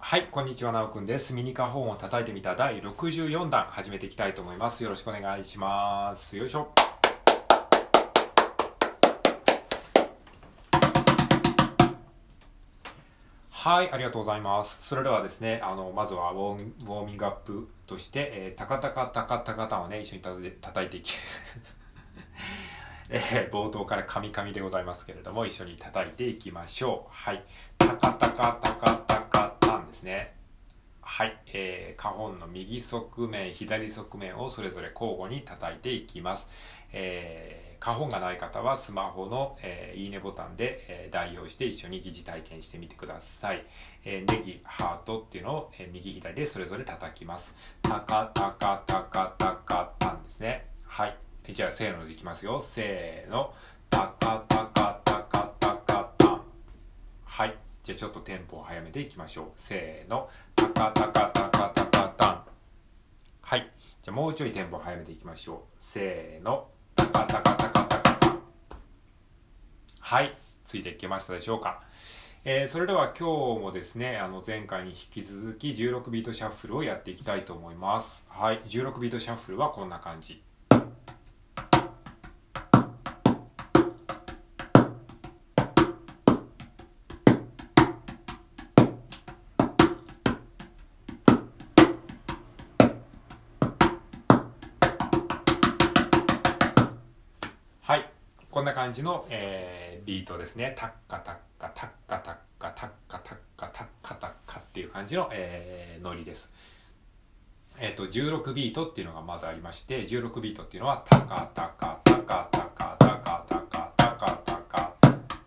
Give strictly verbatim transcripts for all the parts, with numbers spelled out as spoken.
はい、こんにちは、なおくんです。ミニカホンを叩いてみただいろくじゅうよんだん始めていきたいと思います。よろしくお願いします。よいしょ。はい、ありがとうございます。それではですね、あの、まずはウォーミウォーミングアップとして、えー、タカタカタカタカタをね、一緒にた叩いていき、えー、冒頭からカミカミでございますけれども、一緒に叩いていきましょう。はい。タカタカタカタカタンですね。はい、えー、カホンの右側面、左側面をそれぞれ交互に叩いていきます。えー、カホンがない方はスマホの、えー、いいねボタンで、えー、代用して一緒に疑似体験してみてください。えー、ネギ、ハートっていうのを、えー、右左でそれぞれ叩きます。タカタカタカタカタンですね。はい。じゃあせーのでいきますよ。せーの。タカタカタカタカタン。はい。じゃあちょっとテンポを速めていきましょう。せーの。タカタカタカタカタン。はい。じゃあもうちょいテンポを速めていきましょう。せーの。タカタカタカタカタン。はい。ついていけましたでしょうか。えー、それでは今日もですね、あの前回に引き続きじゅうろくビートシャッフルをやっていきたいと思います。はい。じゅうろくビートシャッフルはこんな感じ。はい。こんな感じの、えー、ビートですね。タッカタッカタッカタッカタッカタッカタッカタッカっていう感じの、えー、ノリです。えっと、じゅうろくビートっていうのがまずありまして、じゅうろくビートっていうのはタカタカタカタカタカタカタカタカ。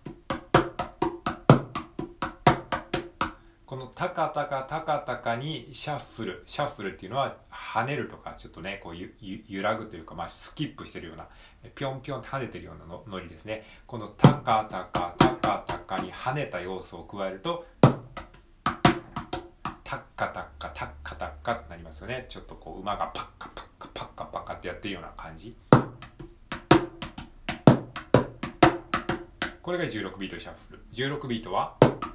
このタカタカタカタカにシャッフル、シャッフルっていうのは跳ねるとかちょっとね、こうゆゆ揺らぐというか、まあスキップしてるような、ぴょんぴょんって跳ねてるようなのノリですね。このタカタカタカタカに跳ねた要素を加えると、タッカタッカタッカタッカってなりますよね。ちょっとこう馬がパッカパッカパッカパッカってやってるような感じ。これがじゅうろくビートシャッフル。じゅうろくビートは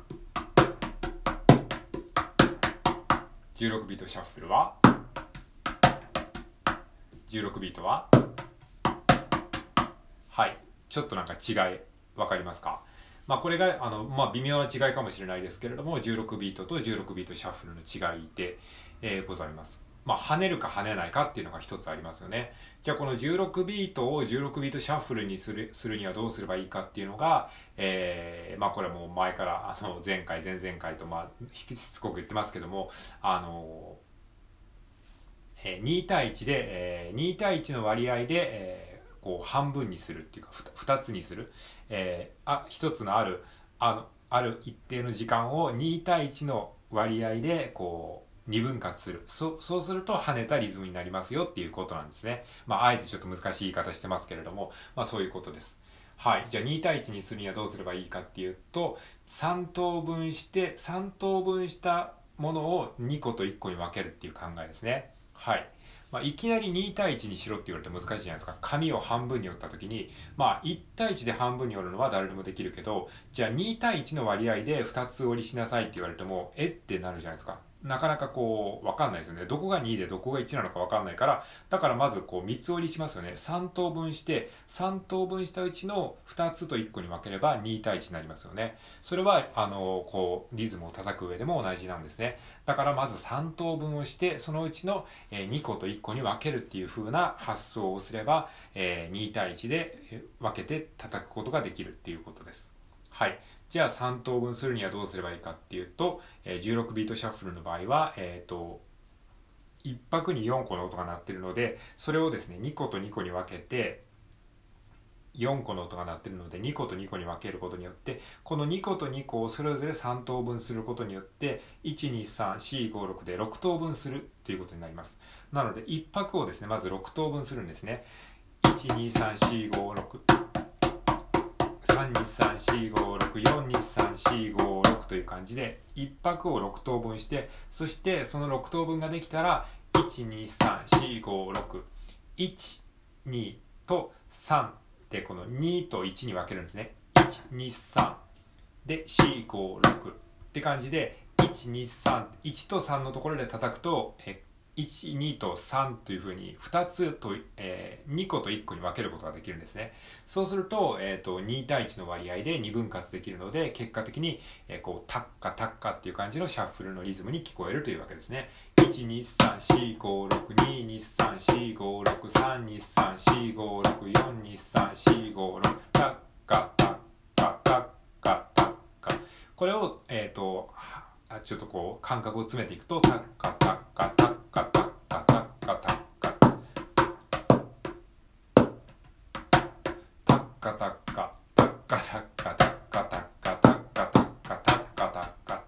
じゅうろくビートシャッフルはじゅうろくビートははい。ちょっとなんか違いわかりますか？まあこれがあの、まあ、微妙な違いかもしれないですけれども、じゅうろくビートとじゅうろくビートシャッフルの違いで、えー、ございます。まあ跳ねるか跳ねないかっていうのが一つありますよね。じゃあこのじゅうろくビートをじゅうろくビートシャッフルにするするにはどうすればいいかっていうのが、えー、まあこれはもう前からあの前回前々回とまあしつこく言ってますけども、あのえー、に対いちで、えー、に対いちの割合で、えーこう半分にするっていうかふたつにする、えー、あひとつのあるあのある一定の時間をに対いちの割合でこうにぶん割する。そそうすると跳ねたリズムになりますよっていうことなんですね。まああえてちょっと難しい言い方してますけれども、まあそういうことです。はい。じゃあに対いちにするにはどうすればいいかっていうと、さん等分してさん等分したものをにこといっこに分けるっていう考えですね。はい。まあ、いきなりに対いちにしろって言われて難しいじゃないですか。紙を半分に折った時に、まあいち対いちで半分に折るのは誰でもできるけど、じゃあに対いちの割合でふたつ折りしなさいって言われても、えってなるじゃないですか。なかなかこう、わかんないですよね。どこがにでどこがいちなのかわかんないから、だからまずこうみっつ折りしますよね。さん等分して、さん等分したうちのふたつといっこに分ければに対いちになりますよね。それは、あの、こう、リズムを叩く上でも同じなんですね。だからまずさん等分をして、そのうちのにこといっこに分けるっていう風な発想をすれば、に対いちで分けて叩くことができるっていうことです。はい。じゃあさん等分するにはどうすればいいかっていうと、じゅうろくビートシャッフルの場合は、えっと、いっ拍によんこの音が鳴ってるので、それをですね、にことにこに分けて、よんこの音が鳴ってるのでにことにこに分けることによって、このにことにこをそれぞれさん等分することによって、いち、に、さん、よん、ご、ろくでろく等分するということになります。なのでいち拍をですね、まずろく等分するんですね。いち、に、さん、よん、ご、ろく。さん、に、さん、よん、ご、ろく、よん、に、さん、よん、ご、ろくという感じでいち拍をろく等分して、そしてそのろく等分ができたらいち、に、さん、よん、ご、ろく、いち、にとさんでこのにといちに分けるんですね。いち、に、さんでよん、ご、ろくって感じでいち、 ちにさん、いちとさんのところで叩くと、えいち、にとさんというふうにふたつと、えー、にこといっこに分けることができるんですね。そうすると、えーと、に対いちの割合でにぶん割できるので、結果的に、えー、こうタッカタッカっていう感じのシャッフルのリズムに聞こえるというわけですね。いち、に、さん、し、ご、ろく、に、に、さん、し、ご、ろく、さん、に、さん、し、ご、ろく、よん、に、さん、し、ご、ろく、タッカタッカタッカタッカ。これを、えーと、ちょっとこう感覚を詰めていくと、タッカタッカタッカタッカタッカタッカタッカタッカタッカタッカタッカタッカタッカタッカタッカタッカ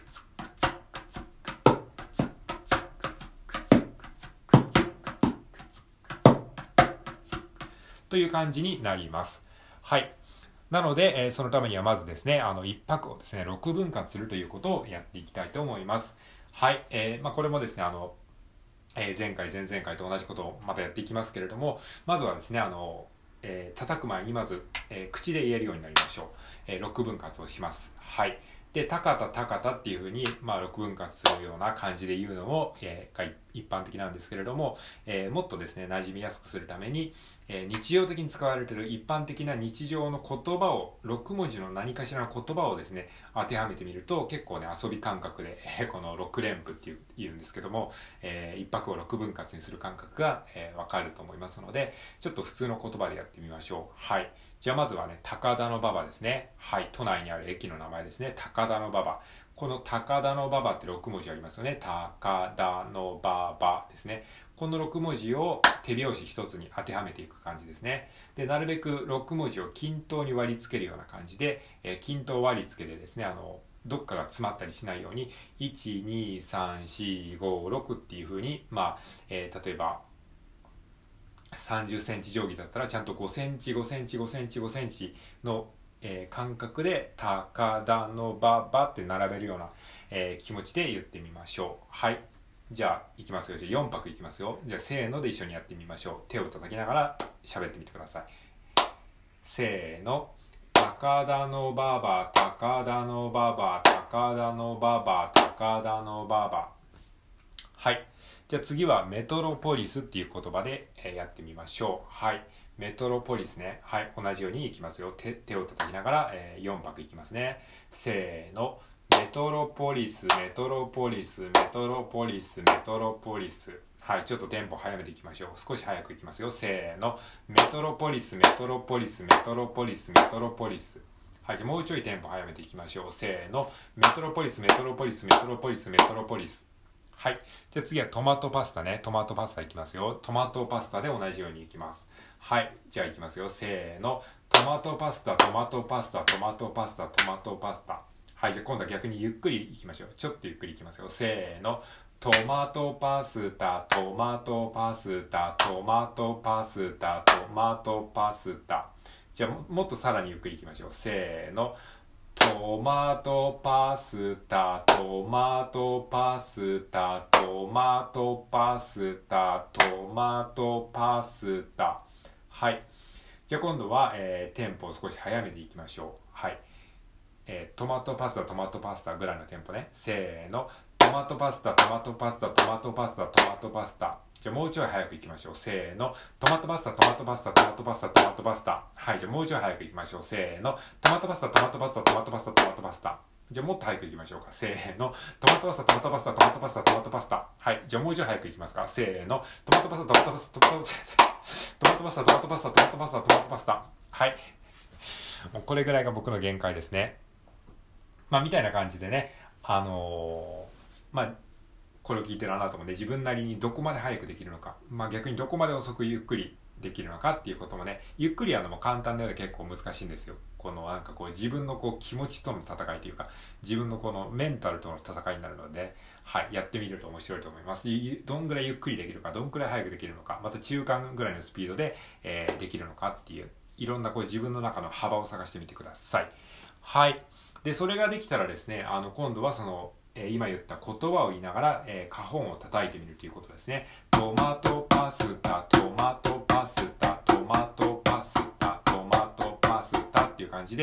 という感じになります。はい。なので、えー、そのためにはまずですね、あの、一拍をですね、ろくぶん割するということをやっていきたいと思います。はい。えー、まあ、これもですね、あの、えー、前回、前々回と同じことをまたやっていきますけれども、まずはですね、あの、えー、叩く前にまず、えー、口で言えるようになりましょう。えー、ろくぶん割をします。はい。で、高田高田っていうふうに、まあ、ろくぶん割するような感じで言うのも、えー、が一般的なんですけれども、えー、もっとですね、馴染みやすくするために、えー、日常的に使われている一般的な日常の言葉を、ろく文字の何かしらの言葉をですね、当てはめてみると、結構ね、遊び感覚で、えー、このろく連符っていう言うんですけども、えー、一拍をろくぶん割にする感覚が、えー、わかると思いますので、ちょっと普通の言葉でやってみましょう。はい。じゃあまずはね、高田馬場ですね。はい。都内にある駅の名前ですね。高田馬場。この高田馬場ってろく文字ありますよね。高田馬場ですね。このろく文字を手拍子一つに当てはめていく感じですね。で、なるべくろく文字を均等に割り付けるような感じで、えー、均等割り付けでですね、あの、どっかが詰まったりしないように、いち、に、さん、し、ご、ろくっていう風に、まあ、えー、例えば、さんじゅっセンチ定規だったらちゃんとごセンチごセンチごセンチごセンチの、えー、間隔で高田の馬場って並べるような、えー、気持ちで言ってみましょう。はい。じゃあいきますよ。じゃあよん拍いきますよ。じゃあせーので一緒にやってみましょう。手を叩きながら喋ってみてください。せーの。高田の馬場高田の馬場高田の馬場高田の馬場。はい。じゃあ次はメトロポリスっていう言葉でやってみましょう。はい。メトロポリスね。はい。同じようにいきますよ。手、手を叩きながら、えー、よん拍いきますね。せーの。メトロポリス、メトロポリス、メトロポリス、メトロポリス。はい。ちょっとテンポ早めていきましょう。少し早くいきますよ。せーの。メトロポリス、メトロポリス、メトロポリス、メトロポリス。はい。じゃあもうちょいテンポ早めていきましょう。せーの。メトロポリス、メトロポリス、メトロポリス、メトロポリス。はい。じゃあ次はトマトパスタね。トマトパスタいきますよ。トマトパスタで同じようにいきます。はい。じゃあいきますよ。せーの。トマトパスタ、トマトパスタ、トマトパスタ、トマトパスタ。はい。じゃあ今度は逆にゆっくりいきましょう。ちょっとゆっくりいきますよ。せーの。トマトパスタ、トマトパスタ、トマトパスタ、トマトパスタ。じゃあ も, もっとさらにゆっくりいきましょう。せーの。トマトパスタ、トマトパスタ、トマトパスタ、トマトパスタ。はい。じゃあ今度は、えー、テンポを少し早めていきましょう。はい。えー、トマトパスタ、トマトパスタぐらいのテンポね。せーの。トマトパスタ、トマトパスタ、トマトパスタ、トマトパスタ。じゃあもうちょい早くいきましょう。せーの。トマトパスタ、トマトパスタ、トマトパスタ、トマトパスタ。はい。じゃあもうちょい早くいきましょう。せーの。トマトパスタ、トマトパスタ、トマトパスタ、トマトパスタ。じゃあもっと早くいきましょうか。せーの。トマトパスタ、トマトパスタ、トマトパスタ、トマトパスタ。はい。じゃあもうちょい早くいきますか。せーの。トマトパスタ、トマトパスタ、トマトパスタ、トマトパスタ、トマトパスタ、トマトパスタ、トマトパスタ。はい。もうこれぐらいが僕の限界ですね。まあみたいな感じでね。あのー、まあ、これを聞いてるあなたもね、自分なりにどこまで早くできるのか、まあ逆にどこまで遅くゆっくりできるのかっていうこともね、ゆっくりやるのも簡単なので結構難しいんですよ。このなんかこう自分のこう気持ちとの戦いというか、自分のこのメンタルとの戦いになるので、はい、やってみると面白いと思います。どんぐらいゆっくりできるか、どんくらい早くできるのか、また中間ぐらいのスピードで、えー、できるのかっていう、いろんなこう自分の中の幅を探してみてください。はい。で、それができたらですね、あの、今度はその、えー、今言った言葉を言いながら、えー、花本を叩いてみるということですね。トマトパスタ、トマトパスタ、トマトパスタ、トマトパスタっていう感じで、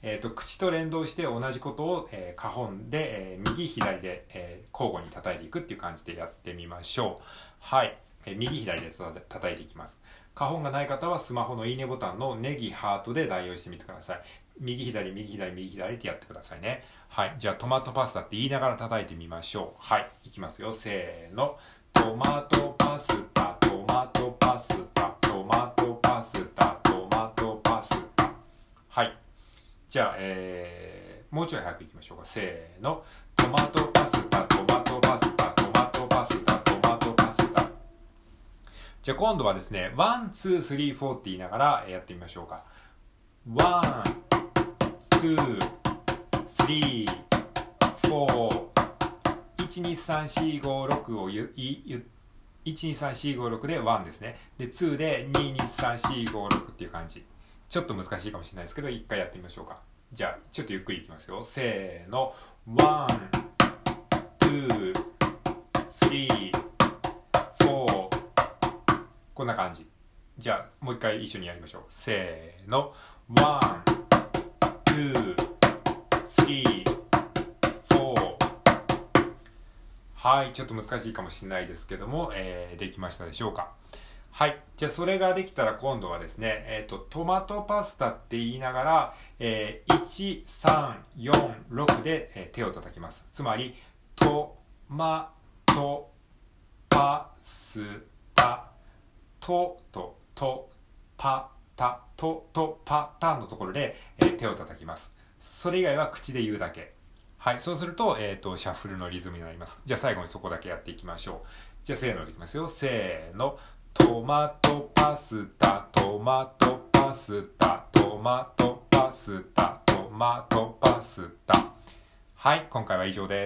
えーと、口と連動して同じことを、えー、カホンで、えー、右左で、えー、交互に叩いていくっていう感じでやってみましょう。はい、えー、右左で叩いていきます。カホンがない方はスマホのいいねボタンのネギハートで代用してみてください。右左右左右左ってやってくださいね。はい、じゃあトマトパスタって言いながら叩いてみましょう。はい、いきますよ。せーの。トマトパスタトマトパスタトマトパスタトマトパスタ。はい、じゃあ、えー、もうちょい早くいきましょうか。せーの。トマトパスタトマトパスタトマトパスタトマトパスタ。じゃあ今度はですね、ワン、ツー、スリー、フォーって言いながらやってみましょうか。ワン、ツー、スリー、フォー、いち、に、さん、し、ご、ろくをゆいゆいち、に、さん、し、ご、ろくでワンですね。で、ツーでに、に、さん、し、ご、ろくっていう感じ。ちょっと難しいかもしれないですけど、一回やってみましょうか。じゃあ、ちょっとゆっくりいきますよ。せーの。ワン、ツー、スリー、フォー。こんな感じ。じゃあ、もう一回一緒にやりましょう。せーの。ワン、ツー、スリー、フォー。はい、ちょっと難しいかもしれないですけども、えー、できましたでしょうか。はい、じゃあそれができたら今度はですね、えっと、トマトパスタって言いながら、えー、いち、さん、よん、ろくで、えー、手を叩きます。つまり、トマトパスタ、トとトパタ、トとパタのところで、えー、手を叩きます。それ以外は口で言うだけ。はい、そうすると、えっと、シャッフルのリズムになります。じゃあ最後にそこだけやっていきましょう。じゃあせーのでいきますよ。せーの。トマトパスタ、トマトパスタ、トマトパスタ、トマトパスタ。はい、今回は以上です。